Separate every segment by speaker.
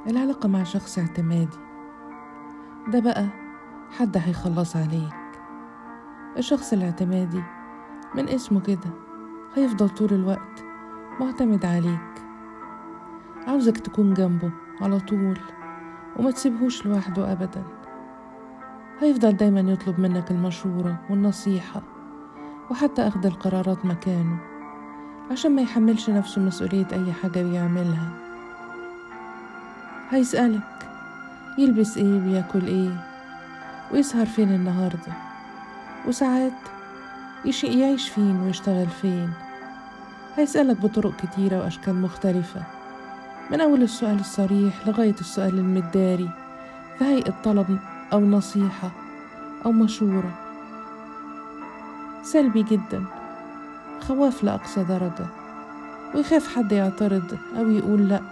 Speaker 1: العلاقة مع شخص اعتمادي ده بقى حد هيخلص عليك. الشخص الاعتمادي من اسمه كده هيفضل طول الوقت معتمد عليك، عاوزك تكون جنبه على طول وما تسيبهوش لوحده أبدا. هيفضل دايما يطلب منك المشورة والنصيحة وحتى أخذ القرارات مكانه، عشان ما يحملش نفسه مسؤولية أي حاجة بيعملها. هيسألك يلبس ايه وياكل ايه ويسهر فين النهاردة، وساعات يعيش فين ويشتغل فين. هيسألك بطرق كتيرة وأشكال مختلفة، من أول السؤال الصريح لغاية السؤال المداري في هيئة طلب أو نصيحة أو مشورة. سلبي جدا، خواف لأقصى درجة، ويخاف حد يعترض أو يقول لأ.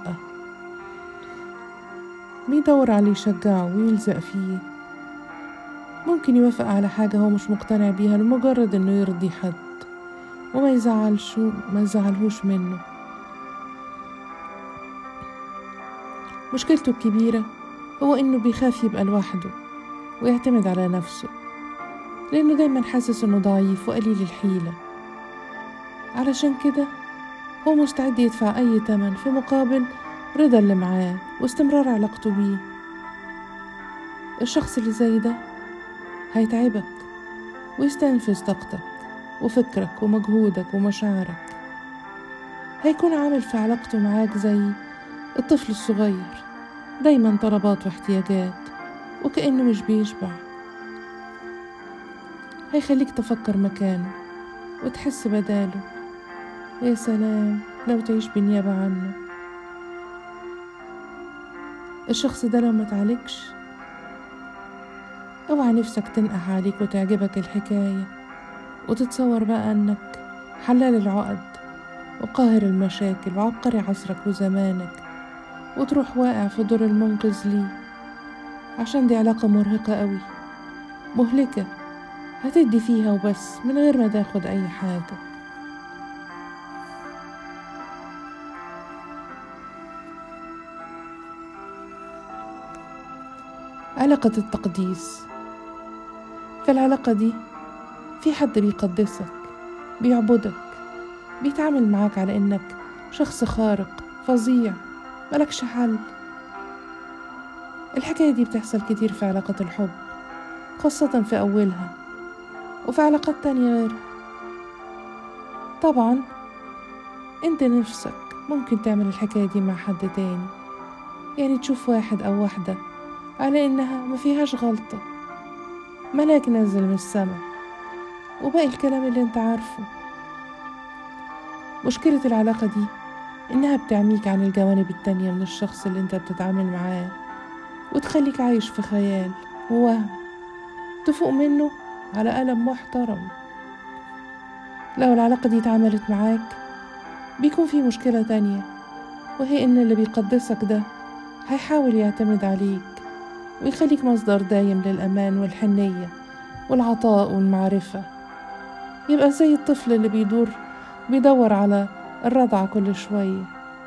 Speaker 1: بيدور على يشجعه ويلزق فيه، ممكن يوافق على حاجة هو مش مقتنع بيها لمجرد إنه يرضي حد وما يزعلهوش منه. مشكلته الكبيرة هو إنه بيخاف يبقى لوحده ويعتمد على نفسه، لأنه دايما حاسس إنه ضعيف وقليل الحيلة. علشان كده هو مستعد يدفع أي تمن في مقابل رضا اللي معاه واستمرار علاقته بيه. الشخص اللي زي ده هيتعبك ويستنفذ طاقتك وفكرك ومجهودك ومشاعرك. هيكون عامل في علاقته معاك زي الطفل الصغير، دايما طلبات واحتياجات وكأنه مش بيشبع. هيخليك تفكر مكانه وتحس بداله، ويا سلام لو تعيش بالنيابة عنه. الشخص ده لو ما تعالجش اوعى نفسك تنقح عليك وتعجبك الحكاية وتتصور بقى انك حلال العقد وقاهر المشاكل وعبقري عصرك وزمانك، وتروح واقع في دور المنقذ ليه. عشان دي علاقة مرهقة قوي، مهلكة، هتدي فيها وبس من غير ما تاخد اي حاجة. علاقة التقديس. في العلاقة دي في حد بيقدسك، بيعبدك، بيتعامل معاك على انك شخص خارق فظيع ملكش حل. الحكاية دي بتحصل كتير في علاقة الحب، خاصة في أولها، وفي علاقات تانية غيرها. طبعا انت نفسك ممكن تعمل الحكاية دي مع حد تاني، يعني تشوف واحد أو واحدة على إنها ما فيهاش غلطة، ملاك نازل من السما، وباقي الكلام اللي انت عارفه. مشكلة العلاقة دي إنها بتعميك عن الجوانب التانية من الشخص اللي انت بتتعامل معاه، وتخليك عايش في خيال ووهم تفوق منه على ألم محترم. لو العلاقة دي اتعملت معاك بيكون في مشكلة تانية، وهي إن اللي بيقدسك ده هيحاول يعتمد عليك ويخليك مصدر دايم للأمان والحنية والعطاء والمعرفة. يبقى زي الطفل اللي بيدور على الرضعة كل شوية.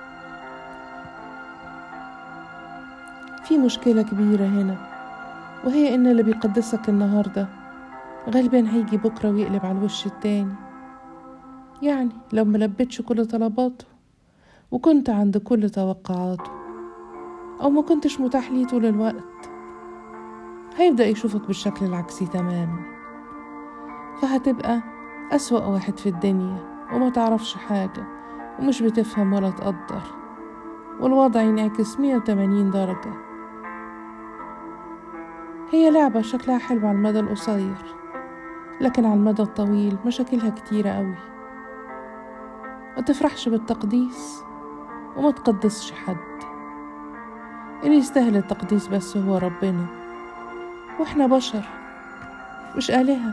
Speaker 1: في مشكلة كبيرة هنا، وهي إن اللي بيقدسك النهاردة غالبا هيجي بكرة ويقلب على الوش التاني. يعني لو ملبتش كل طلباته وكنت عند كل توقعاته، أو ما كنتش متاح ليه طول الوقت، هيبدأ يشوفك بالشكل العكسي تماما. فهتبقى أسوأ واحد في الدنيا وما تعرفش حاجة ومش بتفهم ولا تقدر، والوضع ينعكس 180 درجة. هي لعبة شكلها حلو على المدى القصير، لكن على المدى الطويل مشاكلها كتيرة قوي. ما تفرحش بالتقديس وما تقدسش حد. اللي يستاهل التقديس بس هو ربنا، واحنا بشر مش آلهة.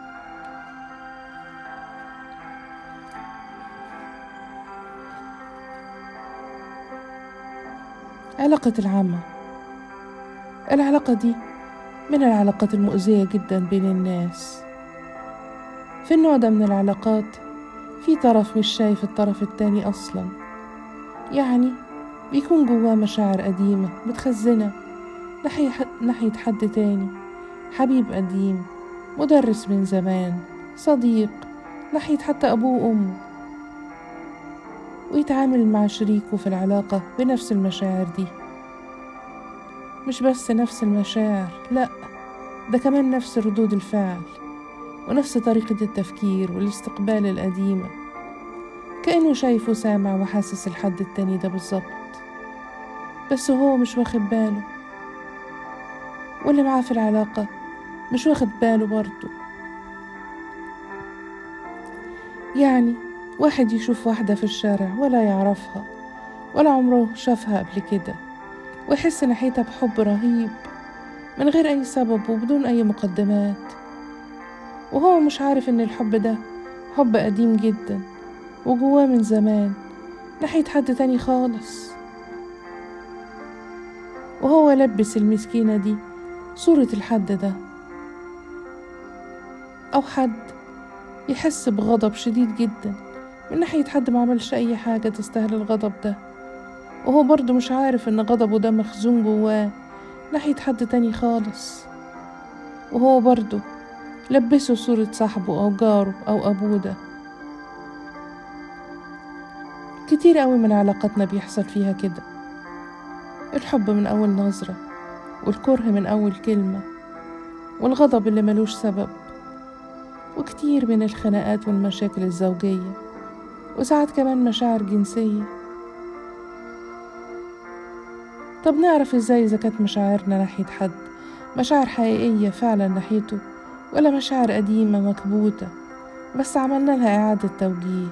Speaker 1: علاقة العامة. العلاقة دي من العلاقات المؤذية جدا بين الناس. في النوع ده من العلاقات في طرف مش شايف الطرف التاني أصلا، يعني بيكون جواه مشاعر قديمة متخزنة ناحية حد تاني، حبيب قديم، مدرس من زمان، صديق، ناحية حتى أبوه وأمه. ويتعامل مع شريكه في العلاقة بنفس المشاعر دي، مش بس نفس المشاعر، لأ، ده كمان نفس ردود الفعل ونفس طريقة التفكير والاستقبال القديمة، كأنه شايف وسامع وحاسس الحد التاني ده بالظبط، بس هو مش واخد باله، واللي معاه في العلاقة مش واخد باله برضه. يعني واحد يشوف واحدة في الشارع ولا يعرفها ولا عمره شافها قبل كده، ويحس ناحيتها بحب رهيب من غير أي سبب وبدون أي مقدمات، وهو مش عارف إن الحب ده حب قديم جدا وجواه من زمان ناحية حد تاني خالص، وهو لبس المسكينة دي صورة الحد ده. أو حد يحس بغضب شديد جدا من ناحية حد ما عملش أي حاجة تستاهل الغضب ده، وهو برضو مش عارف إن غضبه ده مخزون جواه ناحية حد تاني خالص، وهو برضو لبسه صورة صاحبه أو جاره أو أبوه ده. كتير قوي من علاقاتنا بيحصل فيها كده، الحب من أول نظرة، والكره من أول كلمة، والغضب اللي ملوش سبب، وكتير من الخناقات والمشاكل الزوجية، وساعات كمان مشاعر جنسية. طب نعرف ازاي إذا كانت مشاعرنا ناحية حد مشاعر حقيقية فعلا ناحيته، ولا مشاعر قديمة مكبوتة بس عملنا لها إعادة توجيه؟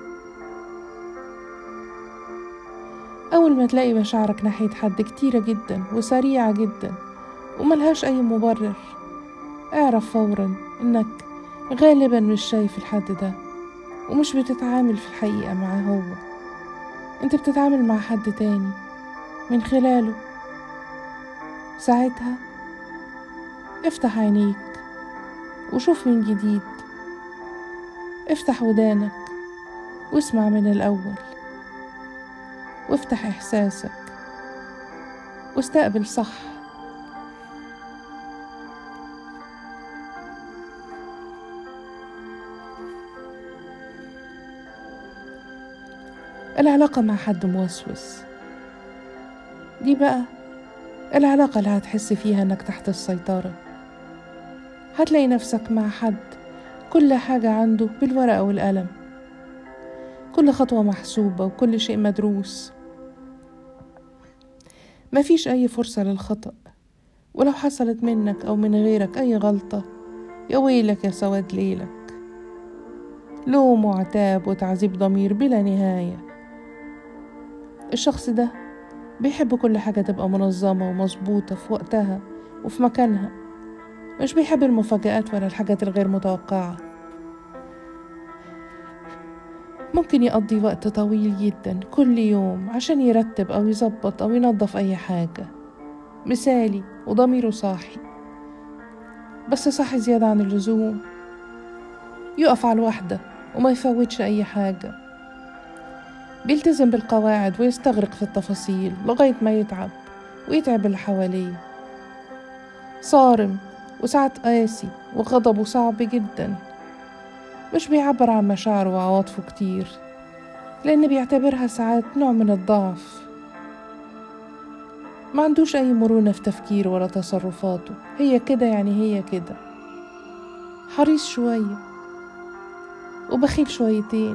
Speaker 1: أول ما تلاقي مشاعرك ناحية حد كتيرة جدا وسريعة جدا وملهاش أي مبرر، اعرف فورا إنك غالبا مش شايف الحد ده ومش بتتعامل في الحقيقة معاه، هو انت بتتعامل مع حد تاني من خلاله. ساعتها افتح عينيك وشوف من جديد، افتح ودانك واسمع من الأول، وافتح إحساسك واستقبل صح. العلاقة مع حد موسوس دي بقى العلاقة اللي هتحس فيها انك تحت السيطرة، هتلاقي نفسك مع حد كل حاجة عنده بالورقة والقلم، كل خطوة محسوبة وكل شيء مدروس، مفيش أي فرصة للخطأ، ولو حصلت منك أو من غيرك أي غلطة يا ويلك يا سواد ليلك، لوم وعتاب وتعذيب ضمير بلا نهاية. الشخص ده بيحب كل حاجة تبقى منظمة ومظبوطة في وقتها وفي مكانها، مش بيحب المفاجآت ولا الحاجات الغير متوقعة. ممكن يقضي وقت طويل جدا كل يوم عشان يرتب أو يظبط أو ينظف أي حاجة، مثالي وضميره صاحي، بس صاحي زيادة عن اللزوم، يقف على الوحدة وما يفوتش أي حاجة، بيلتزم بالقواعد ويستغرق في التفاصيل لغاية ما يتعب ويتعب اللي حواليه، صارم وساعات قاسي وغضبه صعب جدا، مش بيعبر عن مشاعره وعواطفه كتير لأن بيعتبرها ساعات نوع من الضعف، ما عندوش أي مرونة في تفكيره ولا تصرفاته، هي كده يعني هي كده، حريص شوية وبخيل شويتين.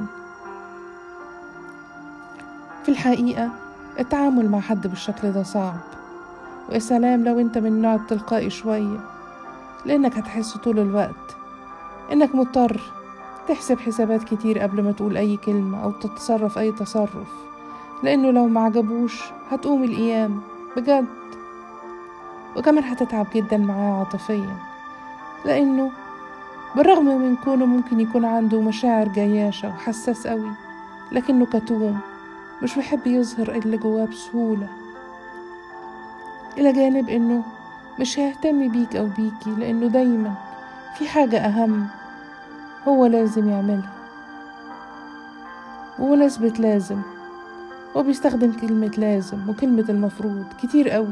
Speaker 1: في الحقيقة التعامل مع حد بالشكل ده صعب، ويا سلام لو انت من النوع التلقائي شوية، لأنك هتحس طول الوقت إنك مضطر تحسب حسابات كتير قبل ما تقول أي كلمة أو تتصرف أي تصرف، لأنه لو معجبوش هتقوم القيامة بجد، وكمان هتتعب جدا معاه عاطفيا، لأنه بالرغم من كونه ممكن يكون عنده مشاعر جياشة وحساس قوي، لكنه كتوم مش بيحب يظهر اللي جواه بسهولة، إلى جانب إنه مش هيهتم بيك أو بيكي، لأنه دايما في حاجة أهم هو لازم يعملها. ومناسبة لازم وبيستخدم كلمة لازم وكلمة المفروض كتير قوي.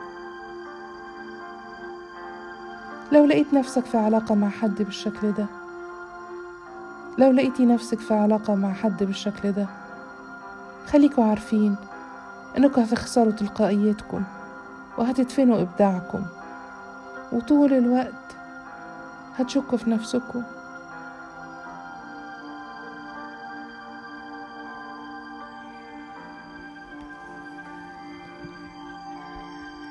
Speaker 1: لو لقيت نفسك في علاقة مع حد بالشكل ده، لو لقيتي نفسك في علاقة مع حد بالشكل ده، خليكوا عارفين انكوا هتخسروا تلقائيتكم وهتدفنوا إبداعكم، وطول الوقت هتشكوا في نفسكم